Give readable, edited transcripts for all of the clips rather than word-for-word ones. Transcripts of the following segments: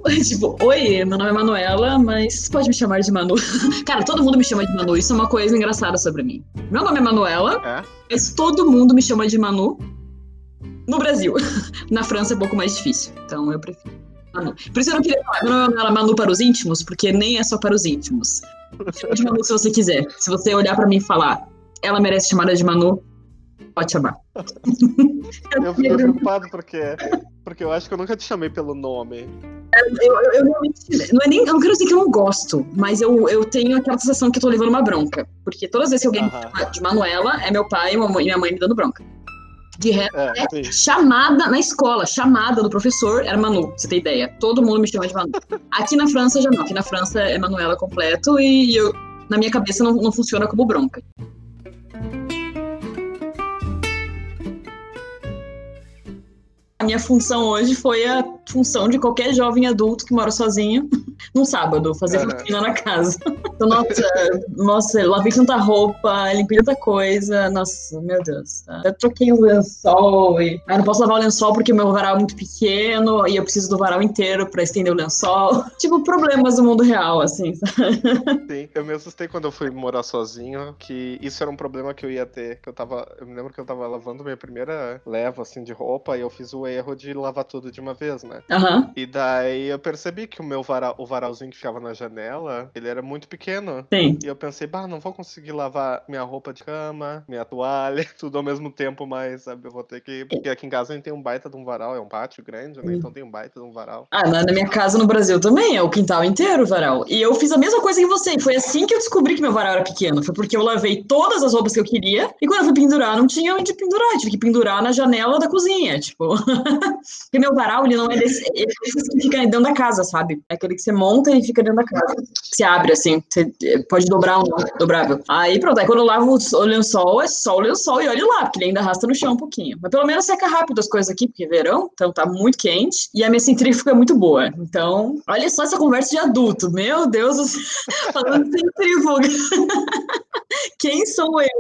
Tipo, oi, meu nome é Manuela, mas pode me chamar de Manu. Cara, todo mundo me chama de Manu, isso é uma coisa engraçada sobre mim. Meu nome é Manuela, É? mas todo mundo me chama de Manu no Brasil. Na França é um pouco mais difícil, então eu prefiro Manu. Por isso eu não queria falar, meu nome é Manu para os íntimos, porque nem é só para os íntimos. Chama de Manu se você quiser. Se você olhar pra mim e falar, ela merece chamada de Manu, pode chamar. Eu fico preocupado porque eu acho que eu nunca te chamei pelo nome. Eu realmente. Não é nem. Eu não quero dizer que eu não gosto, mas eu tenho aquela sensação que eu tô levando uma bronca. Porque todas as vezes que alguém me chama de Manuela, é meu pai e minha mãe me dando bronca. De resto, chamada na escola, chamada do professor era Manu, pra você ter ideia. Todo mundo me chama de Manu. Aqui na França já não. Aqui na França é Manuela completo e na minha cabeça não funciona como bronca. A minha função hoje foi a função de qualquer jovem adulto que mora sozinho num sábado, fazer faxina na casa. Então, nossa, lavei tanta roupa, limpei tanta coisa, nossa, meu Deus. Tá? Até troquei o lençol e... não posso lavar o lençol porque o meu varal é muito pequeno e eu preciso do varal inteiro pra estender o lençol. Tipo, problemas do mundo real, assim. Sim, eu me assustei quando eu fui morar sozinho, que isso era um problema que eu ia ter, eu me lembro que eu tava lavando minha primeira leva, assim, de roupa e eu fiz o erro de lavar tudo de uma vez, né? E daí eu percebi que o varalzinho que ficava na janela, ele era muito pequeno. Sim. E eu pensei, não vou conseguir lavar minha roupa de cama, minha toalha, tudo ao mesmo tempo, mas, sabe, eu vou ter que... Porque aqui em casa a gente tem um baita de um varal, é um pátio grande, né? Então tem um baita de um varal. Na minha casa no Brasil também, é o quintal inteiro o varal. E eu fiz a mesma coisa que você. Foi assim que eu descobri que meu varal era pequeno. Foi porque eu lavei todas as roupas que eu queria. E quando eu fui pendurar, não tinha onde pendurar. Eu tive que pendurar na janela da cozinha, tipo. Porque meu varal, ele não é desses que fica dentro da casa, sabe? É aquele que você monta e fica dentro da casa. Você abre, assim. Você pode dobrar ou não, dobrável. Aí pronto. Aí quando eu lavo o lençol, é só o lençol e olha lá, porque ele ainda arrasta no chão um pouquinho. Mas pelo menos seca rápido as coisas aqui, porque é verão, então tá muito quente. E a minha centrífuga é muito boa. Então, olha só essa conversa de adulto. Meu Deus, falando de centrífuga. Quem sou eu?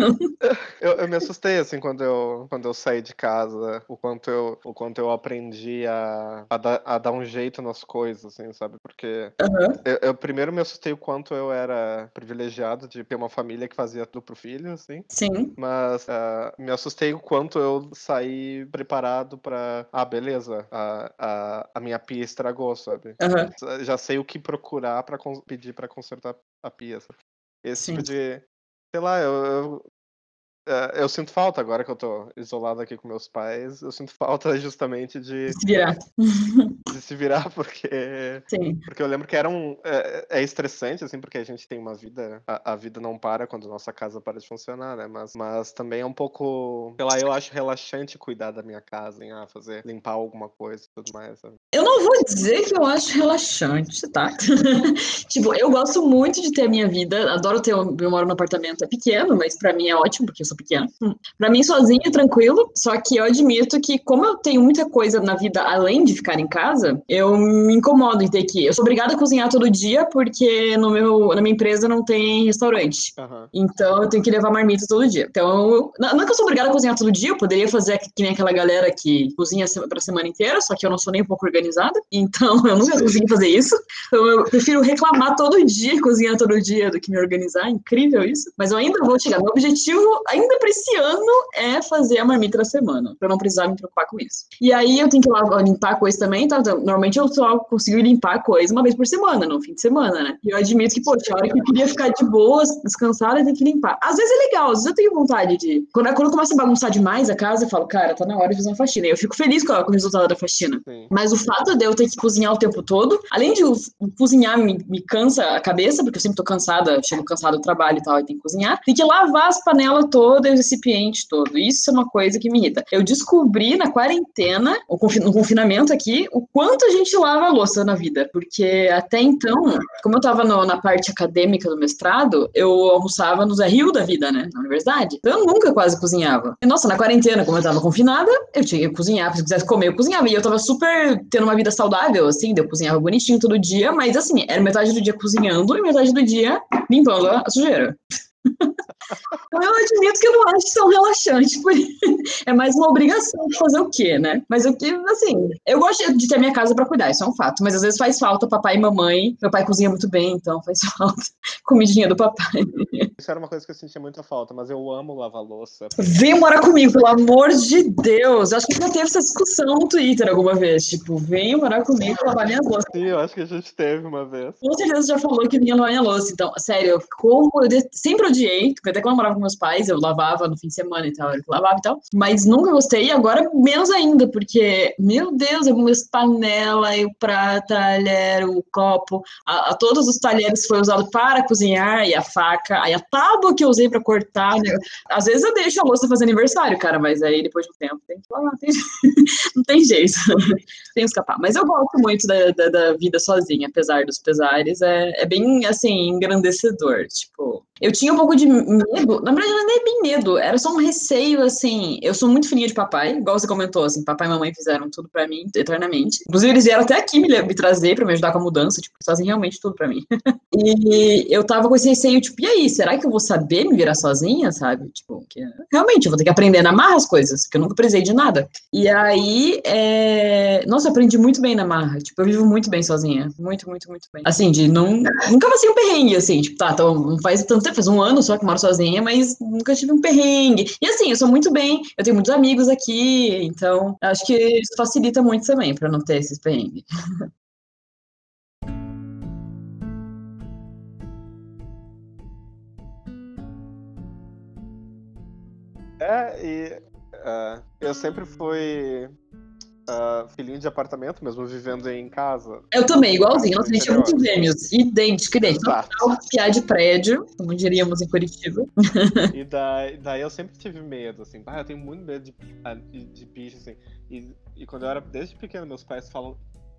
Eu me assustei, assim, quando eu saí de casa, o quanto eu aprendi a dar um jeito nas coisas, assim, sabe? Porque eu primeiro me assustei o quanto eu era privilegiado de ter uma família que fazia tudo pro filho, assim. Sim. Mas me assustei o quanto eu saí preparado pra... beleza, a minha pia estragou, sabe? Já sei o que procurar pra pedir pra consertar a pia, sabe? Esse tipo de... Sei lá, eu sinto falta agora que eu tô isolado aqui com meus pais. Eu sinto falta justamente de se virar. De se virar, porque eu lembro que é estressante, assim, porque a gente tem uma vida, a vida não para quando nossa casa para de funcionar, né? Mas também é um pouco, sei lá, eu acho relaxante cuidar da minha casa, limpar alguma coisa e tudo mais, sabe? Eu não vou dizer que eu acho relaxante, tá? Tipo, eu gosto muito de ter a minha vida, adoro eu moro num apartamento, é pequeno, mas pra mim é ótimo, porque eu sou pequena. Pra mim, sozinha, tranquilo, só que eu admito que, como eu tenho muita coisa na vida além de ficar em casa, eu me incomodo em ter que... Eu sou obrigada a cozinhar todo dia, porque na minha empresa não tem restaurante. Então, eu tenho que levar marmita todo dia. Então, não é que eu sou obrigada a cozinhar todo dia, eu poderia fazer que nem aquela galera que cozinha pra semana inteira, só que eu não sou nem um pouco organizada, então eu nunca consegui fazer isso. Então eu prefiro reclamar todo dia, cozinhar todo dia, do que me organizar. Incrível isso. Mas eu ainda vou chegar. Meu objetivo, ainda pra esse ano, é fazer a marmita da semana, pra eu não precisar me preocupar com isso. E aí eu tenho que limpar coisa também, tá? Então, normalmente eu só consigo limpar coisa uma vez por semana, no fim de semana, né? E eu admito que, poxa, a hora que eu queria ficar de boa, descansada, eu tenho que limpar. Às vezes é legal, às vezes eu tenho vontade de... Quando eu começo a bagunçar demais a casa, eu falo, cara, tá na hora de fazer uma faxina. E eu fico feliz com o resultado da faxina. Mas o fato de eu ter que cozinhar o tempo todo, além de cozinhar me cansa a cabeça, porque eu sempre tô cansada, chego cansada do trabalho e tal, e tenho que cozinhar, tem que lavar as panelas todas, o recipiente todo. Isso é uma coisa que me irrita. Eu descobri na quarentena, no confinamento aqui, o quanto a gente lava a louça na vida, porque até então, como eu tava na parte acadêmica do mestrado, eu almoçava nos RU da vida, né, na universidade. Então eu nunca quase cozinhava. E, nossa, na quarentena, como eu tava confinada, eu tinha que cozinhar, se eu quisesse comer, eu cozinhava. E eu tava super tendo uma vida saudável, assim, eu cozinhava bonitinho todo dia, mas assim, era metade do dia cozinhando e metade do dia limpando a sujeira. Eu admito que eu não acho tão relaxante, é mais uma obrigação de fazer o quê, né? Mas o que, assim, eu gosto de ter minha casa pra cuidar, isso é um fato, mas às vezes faz falta papai e mamãe. Meu pai cozinha muito bem, então faz falta comidinha do papai. Isso era uma coisa que eu sentia muita falta, mas eu amo lavar louça. Vem morar comigo, pelo amor de Deus. Eu acho que já teve essa discussão no Twitter alguma vez, tipo, vem morar comigo e lavar minha louça. Sim, eu acho que a gente teve uma vez. Com certeza já falou que vinha lavar minha louça. Então, sério, sempre odiei, porque até quando eu morava com meus pais, eu lavava no fim de semana e tal, eu lavava e tal, mas nunca gostei, e agora menos ainda, porque, meu Deus, eu as panela, o prato, talher, o copo, todos os talheres foi usado para cozinhar, e a faca, aí a tábua que eu usei para cortar, né? Às vezes eu deixo a louça fazer aniversário, cara, mas aí depois de um tempo tem que lavar, não tem jeito, tem que escapar. Mas eu gosto muito da vida sozinha, apesar dos pesares, é bem, assim, engrandecedor, tipo... Eu tinha um pouco de medo, na verdade não é nem bem medo, era só um receio, assim, eu sou muito filhinha de papai, igual você comentou, assim, papai e mamãe fizeram tudo pra mim, eternamente. Inclusive eles vieram até aqui me trazer pra me ajudar com a mudança, tipo, fazem realmente tudo pra mim. E eu tava com esse receio, tipo, e aí, será que eu vou saber me virar sozinha, sabe? Tipo, que realmente eu vou ter que aprender na marra as coisas, porque eu nunca precisei de nada. E aí, nossa, eu aprendi muito bem na marra, tipo, eu vivo muito bem sozinha, muito, muito, muito bem. Assim, nunca passei um perrengue, assim, tipo, tá, então não faz tanto tempo, faz um ano só que moro sozinha, mas nunca tive um perrengue. E assim, eu sou muito bem, eu tenho muitos amigos aqui, então acho que isso facilita muito também pra não ter esses perrengues. Eu sempre fui filhinho de apartamento, mesmo vivendo em casa. Eu também, igualzinho. Nossa, a gente é muito gêmeos. Idêntico. Total piar de prédio, como diríamos em Curitiba. E daí eu sempre tive medo, assim. Eu tenho muito medo de bicho, assim. E quando eu era desde pequeno, meus pais falam...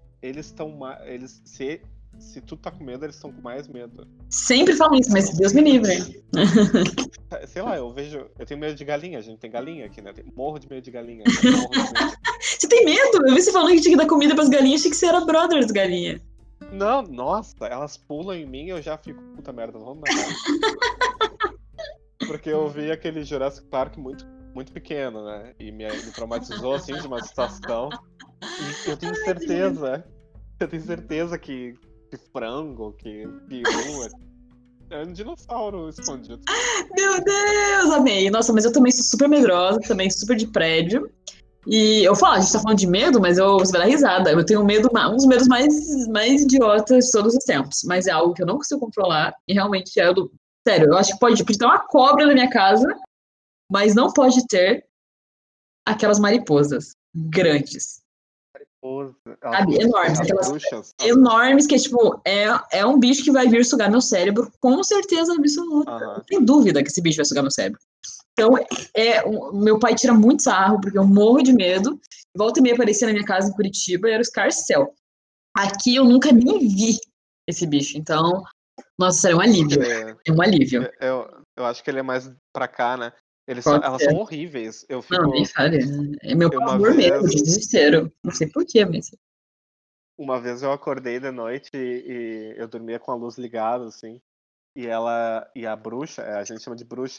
Se tu tá com medo, eles estão com mais medo. Sempre falam isso, mas Deus me livre. Sei lá, eu tenho medo de galinha, a gente tem galinha aqui, né? Morro de medo de galinha. Você tem medo? Eu vi você falando que tinha que dar comida pras galinhas, achei que você era brother das galinhas. Não, nossa, elas pulam em mim e eu já fico, puta merda, vamos matar. Porque eu vi aquele Jurassic Park muito, muito pequeno, né? E me traumatizou, assim, de uma situação. E eu tenho certeza que frango, que peru é um dinossauro escondido. Meu Deus, amei. Nossa, mas eu também sou super medrosa, também super de prédio. E eu falo, a gente tá falando de medo, mas você vai dar risada. Eu tenho medo, um dos medos mais idiotas de todos os tempos. Mas é algo que eu não consigo controlar. E realmente sério, eu acho que pode ter uma cobra na minha casa, mas não pode ter aquelas mariposas grandes. Sabe, enormes, aquelas enormes que, tipo, é um bicho que vai vir sugar meu cérebro, com certeza absoluta. Não tem dúvida que esse bicho vai sugar meu cérebro. Então, meu pai tira muito sarro, porque eu morro de medo. Volta e meia aparecia na minha casa em Curitiba e era o escarcéu. Aqui eu nunca nem vi esse bicho, então, nossa, sério, é um alívio. É um alívio. Eu acho que ele é mais pra cá, né? Elas são horríveis. Não, nem fale. É meu pavor mesmo, de desespero. Não sei porquê, mas... Uma vez eu acordei de noite e eu dormia com a luz ligada, assim. E a bruxa, a gente chama de bruxa.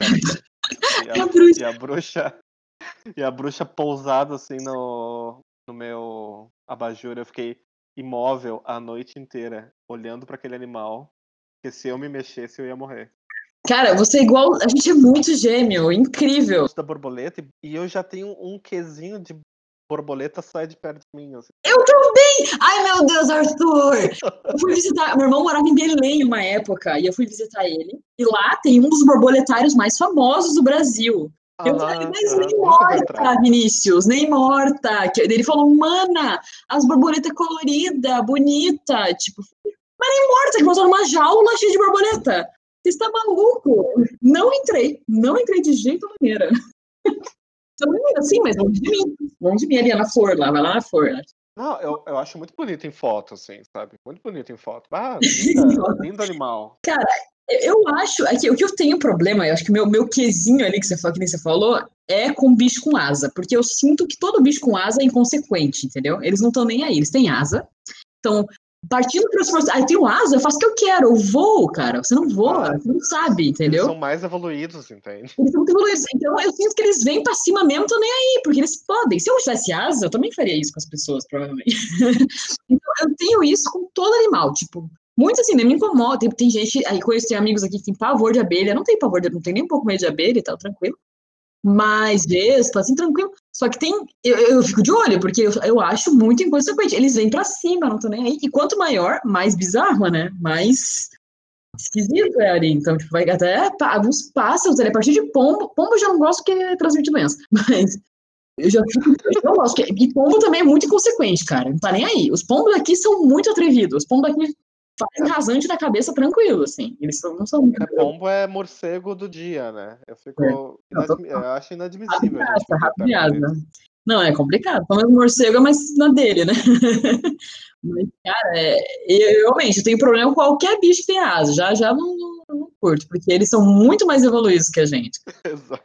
E a bruxa pousada, assim, no meu abajur. Eu fiquei imóvel a noite inteira, olhando pra aquele animal. Porque se eu me mexesse, eu ia morrer. Cara, você é igual... A gente é muito gêmeo, incrível. Da borboleta, e eu já tenho um quesinho de borboleta sai de perto de mim. Assim. Eu também! Ai, meu Deus, Arthur! Eu fui visitar... Meu irmão morava em Belém uma época, e eu fui visitar ele. E lá tem um dos borboletários mais famosos do Brasil. Eu falei, mas nem morta, Vinícius, nem morta. Ele falou, mana, as borboletas coloridas, bonita. Tipo, mas nem morta, que botou numa jaula cheia de borboleta. Você está maluco? Não entrei de jeito maneira. Assim, mas longe de mim, ali na flor, lá, vai lá na flor. Né? Não, eu acho muito bonito em foto, assim, sabe? Muito bonito em foto. Lindo animal. Cara, eu acho, aqui, o que eu tenho problema, eu acho que o meu quesinho ali, que nem você falou, é com bicho com asa, porque eu sinto que todo bicho com asa é inconsequente, entendeu? Eles não estão nem aí, eles têm asa, estão partindo para os forçados. Aí tem um asa, eu faço o que eu quero, eu voo, cara. Você não voa, você não sabe, entendeu? Eles são mais evoluídos, entende? Eles são muito evoluídos. Então eu sinto que eles vêm pra cima mesmo, tô nem aí, porque eles podem. Se eu tivesse asa, eu também faria isso com as pessoas, provavelmente. Então eu tenho isso com todo animal, tipo, muito assim, nem me incomoda. Tem gente, aí conheço, tem amigos aqui que tem pavor de abelha, não tem pavor, não tem nem um pouco medo de abelha e tal, tranquilo. Mas vespa, assim, tranquilo. Só que tem, eu fico de olho, porque eu acho muito inconsequente. Eles vêm pra cima, não tô nem aí. E quanto maior, mais bizarro, né? Mais esquisito é ali. Então, tipo, vai até alguns pássaros ali, a partir de pombo. Pombo eu já não gosto porque transmite doença. Mas eu já não gosto. E pombo também é muito inconsequente, cara. Não tá nem aí. Os pombos aqui são muito atrevidos. Os pombos aqui fazem rasante na cabeça tranquilo, assim. Eles não são muito. Pombo é morcego do dia, né? Eu fico. Eu acho inadmissível a gente viver perto deles. Não, é complicado. Pelo menos morcego é mais na dele, né? Mas, cara, eu realmente tenho problema com qualquer bicho que tem asa. Já não curto, porque eles são muito mais evoluídos que a gente. Exato.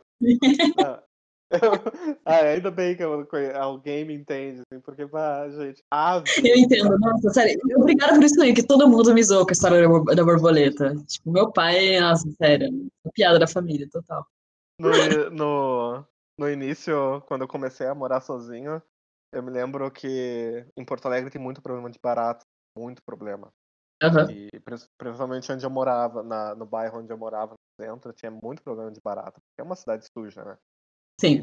Ainda bem que alguém me entende, assim, porque, gente, ave. Eu entendo, nossa, sério. Obrigada por isso aí, que todo mundo me zoou com a história da borboleta. Tipo, meu pai, nossa, sério, uma piada da família, total. No início, quando eu comecei a morar sozinho, eu me lembro que em Porto Alegre tem muito problema de barata, muito problema. Uhum. E principalmente onde eu morava, no bairro onde eu morava, no centro, tinha muito problema de barata, porque é uma cidade suja, né? Sim.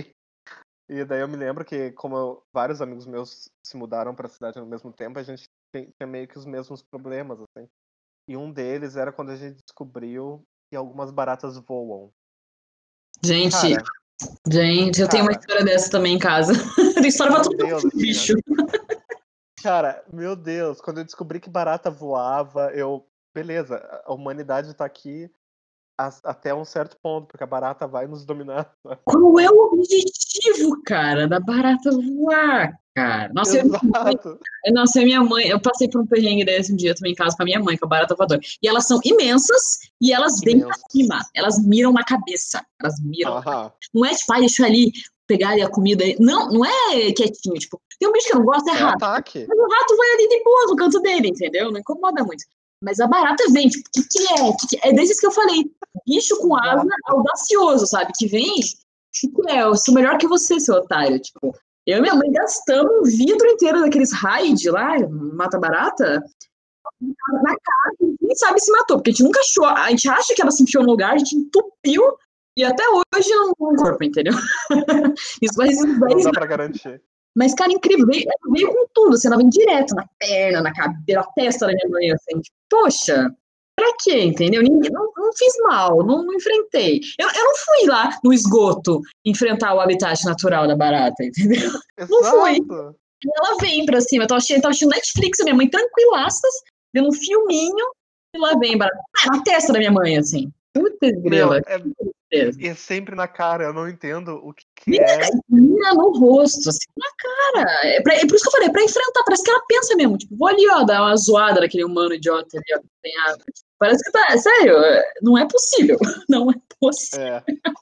E daí eu me lembro que, como vários amigos meus se mudaram para a cidade ao mesmo tempo, a gente tinha meio que os mesmos problemas, assim. E um deles era quando a gente descobriu que algumas baratas voam. Gente, eu tenho uma história dessa também em casa. Tem história pra todo bicho. Cara, meu Deus, quando eu descobri que barata voava, beleza, a humanidade tá aqui até um certo ponto, porque a barata vai nos dominar. Qual é o objetivo, cara, da barata voar, cara? Nossa, minha mãe, eu passei por um perrengue desse um dia também em casa com a minha mãe, com a barata voadora. E elas são imensas e elas vêm pra cima, elas miram na cabeça. Elas miram. Não é tipo, deixa eu ali pegar ali a comida. Não é quietinho, tipo, tem um bicho que eu não gosto, é rato. Ataque. Mas o rato vai ali de boa no canto dele, entendeu? Não incomoda muito. Mas a barata vem, tipo, o que é? É desses que eu falei. Bicho com asa audacioso, sabe? Que vem. Eu sou melhor que você, seu otário. Tipo, eu e minha mãe gastamos um vidro inteiro daqueles raid lá, mata-barata, na casa, nem sabe se matou, porque a gente nunca achou. A gente acha que ela se enfiou no lugar, a gente entupiu e até hoje não tem corpo, entendeu? Isso vai não dá pra garantir. Mas, cara, incrível, veio com tudo, assim, ela vem direto na perna, na cabeça, na testa da minha mãe, assim, tipo, poxa, pra quê, entendeu? Não fiz mal, não enfrentei. Eu não fui lá no esgoto enfrentar o habitat natural da barata, entendeu? Exato. Não fui. E ela vem pra cima, eu tava assistindo Netflix, a minha mãe tranquilaças, vendo um filminho, e lá vem barata, na testa da minha mãe, assim. Puta grila. É sempre na cara, eu não entendo o que é. Mira no rosto, assim, na cara. É por isso que eu falei, é pra enfrentar, parece que ela pensa mesmo, tipo, vou ali, ó, dar uma zoada naquele humano idiota ali, ó, que tem água. Parece que tá, sério, não é possível, não é possível.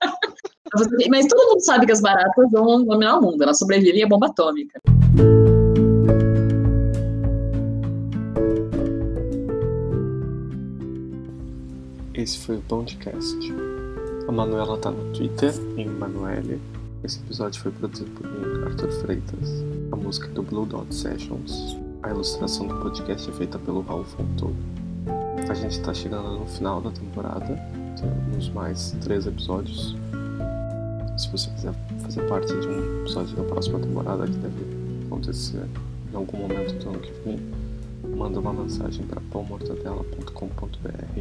Mas todo mundo sabe que as baratas vão dominar o mundo, elas sobrevivem à bomba atômica. Esse foi o podcast. A Manuela tá no Twitter, em Manuele. Esse episódio foi produzido por mim, Arthur Freitas. A música é do Blue Dot Sessions. A ilustração do podcast é feita pelo Raul Fontoura. A gente tá chegando no final da temporada. Temos mais 3 episódios. Se você quiser fazer parte de um episódio da próxima temporada, que deve acontecer em algum momento do ano que vem, manda uma mensagem para paulmortadela.com.br.